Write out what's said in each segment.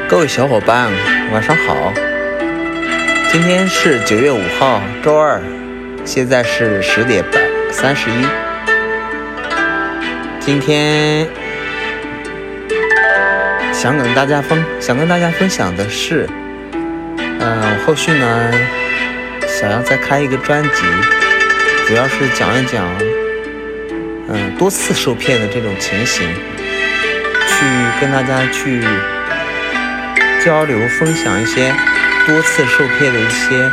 各位小伙伴，晚上好。今天是9月5号，周二，现在是10点31。今天想跟大家分享的是，我后续呢想要再开一个专辑，主要是讲一讲多次受骗的这种情形，去跟大家去交流分享一些多次受骗的一些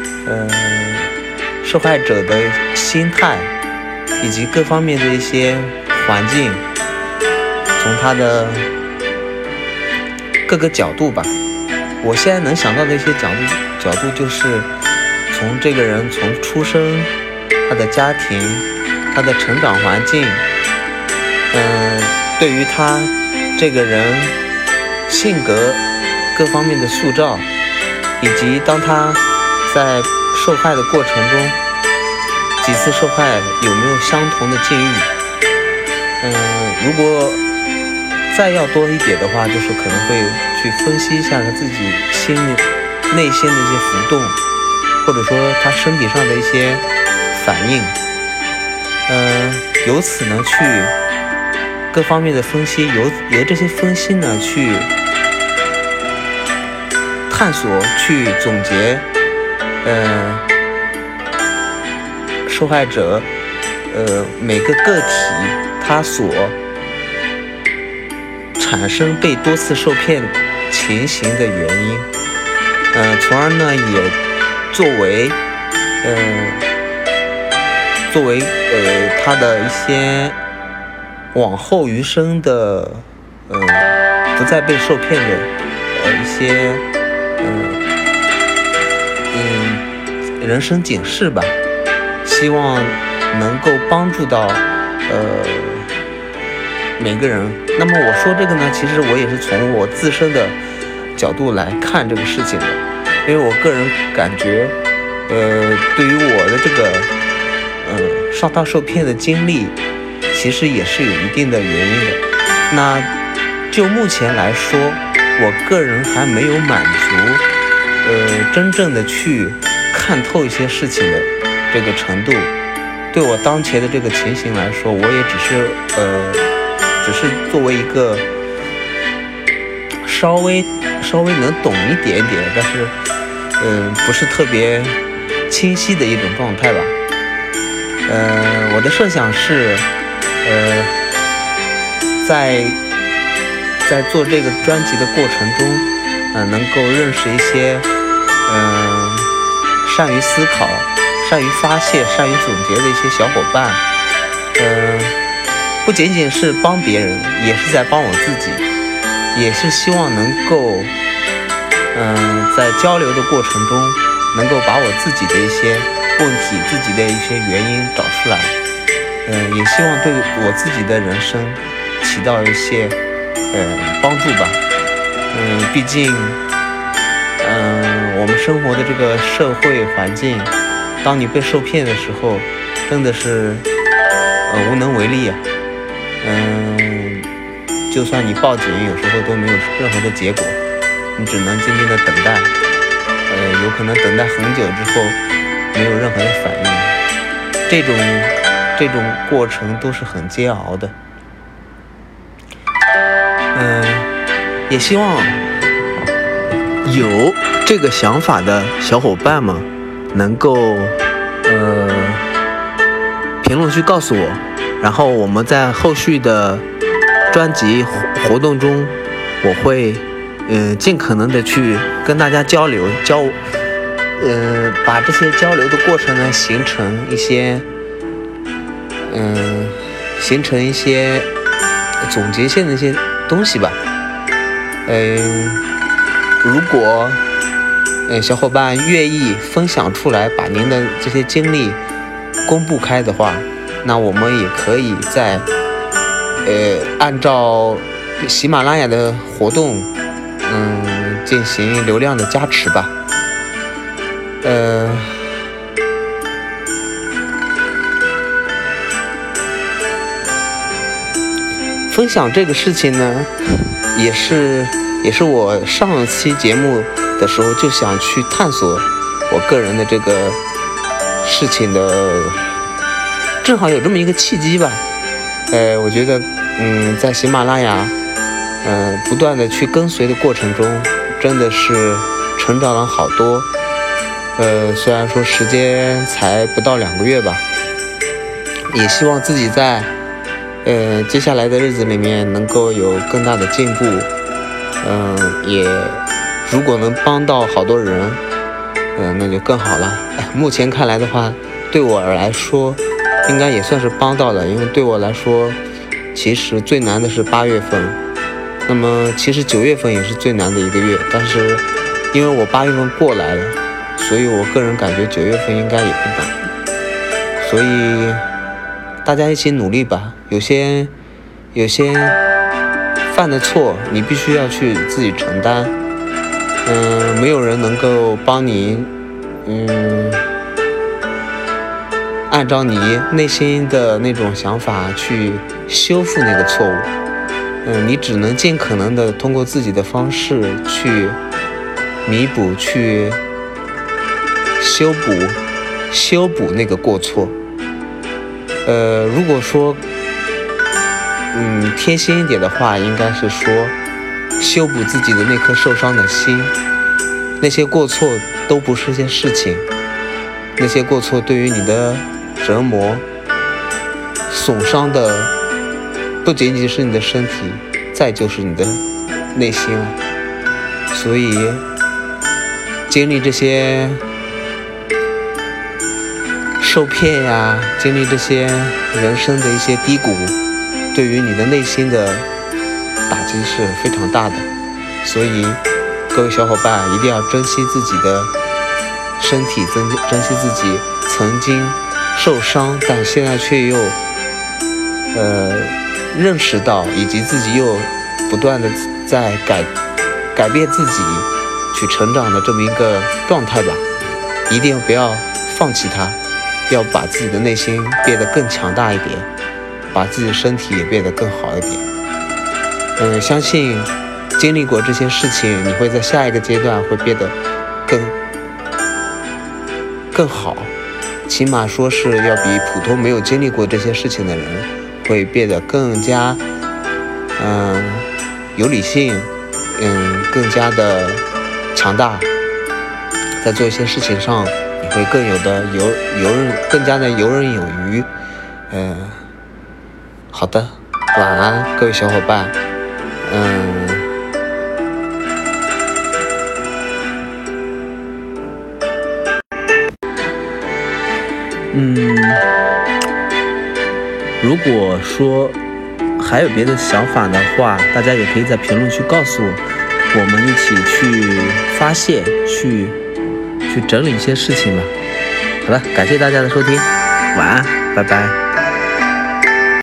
受害者的心态，以及各方面的一些环境，从他的各个角度吧。我现在能想到的一些角度就是从这个人从出生，他的家庭，他的成长环境，对于他这个人性格各方面的塑造，以及当他在受害的过程中，几次受害有没有相同的境遇。如果再要多一点的话，就是可能会去分析一下他自己内心的一些浮动，或者说他身体上的一些反应，由此呢去各方面的分析，由这些分析呢去探索，去总结受害者每个个体他所产生被多次受骗情形的原因，从而呢也作为他的一些往后余生的不再被受骗的一些人生警示吧，希望能够帮助到每个人。那么我说这个呢，其实我也是从我自身的角度来看这个事情的，因为我个人感觉对于我的这个上当受骗的经历，其实也是有一定的原因的。那就目前来说，我个人还没有满足真正的去看透一些事情的这个程度。对我当前的这个情形来说，我也只是作为一个稍微能懂一点点，但是不是特别清晰的一种状态吧。我的设想是在做这个专辑的过程中，能够认识一些善于思考、善于发泄、善于总结的一些小伙伴，不仅仅是帮别人，也是在帮我自己，也是希望能够在交流的过程中，能够把我自己的一些问题、自己的一些原因找出来，也希望对我自己的人生起到一些帮助吧。毕竟我们生活的这个社会环境，当你被受骗的时候，真的是无能为力啊。就算你报警，有时候都没有任何的结果，你只能静静的等待，有可能等待很久之后没有任何的反应，这种过程都是很煎熬的。也希望有这个想法的小伙伴们能够评论区告诉我，然后我们在后续的专辑活动中，我会尽可能的去跟大家交流，把这些交流的过程呢形成一些总结性的一些东西吧。如果小伙伴愿意分享出来，把您的这些经历公布开的话，那我们也可以在按照喜马拉雅的活动进行流量的加持吧。 分享这个事情呢，也是我上期节目的时候就想去探索我个人的这个事情的，正好有这么一个契机吧。我觉得在喜马拉雅不断的去跟随的过程中，真的是成长了好多。虽然说时间才不到2个月吧，也希望自己在接下来的日子里面能够有更大的进步。也如果能帮到好多人，那就更好了。目前看来的话，对我来说应该也算是帮到了，因为对我来说其实最难的是8月份，那么其实9月份也是最难的一个月，但是因为我8月份过来了，所以我个人感觉9月份应该也不难。所以大家一起努力吧，有些犯的错你必须要去自己承担。没有人能够帮你按照你内心的那种想法去修复那个错误。你只能尽可能的通过自己的方式去弥补，去修补那个过错。如果说贴心一点的话，应该是说修补自己的那颗受伤的心。那些过错都不是些事情，那些过错对于你的折磨损伤的不仅仅是你的身体，再就是你的内心了。所以经历这些受骗呀，经历这些人生的一些低谷，对于你的内心的打击是非常大的。所以各位小伙伴一定要珍惜自己的身体，珍惜自己曾经受伤但现在却又认识到，以及自己又不断的在改变自己去成长的这么一个状态吧。一定不要放弃它，要把自己的内心变得更强大一点，把自己的身体也变得更好一点。相信经历过这些事情，你会在下一个阶段会变得更好，起码说是要比普通没有经历过这些事情的人会变得更加有理性，更加的强大，在做一些事情上你会更加的游刃有余。好的，晚安各位小伙伴。如果说还有别的想法的话，大家也可以在评论区告诉我，我们一起去发泄，去整理一些事情吧。好了，感谢大家的收听，晚安，拜拜。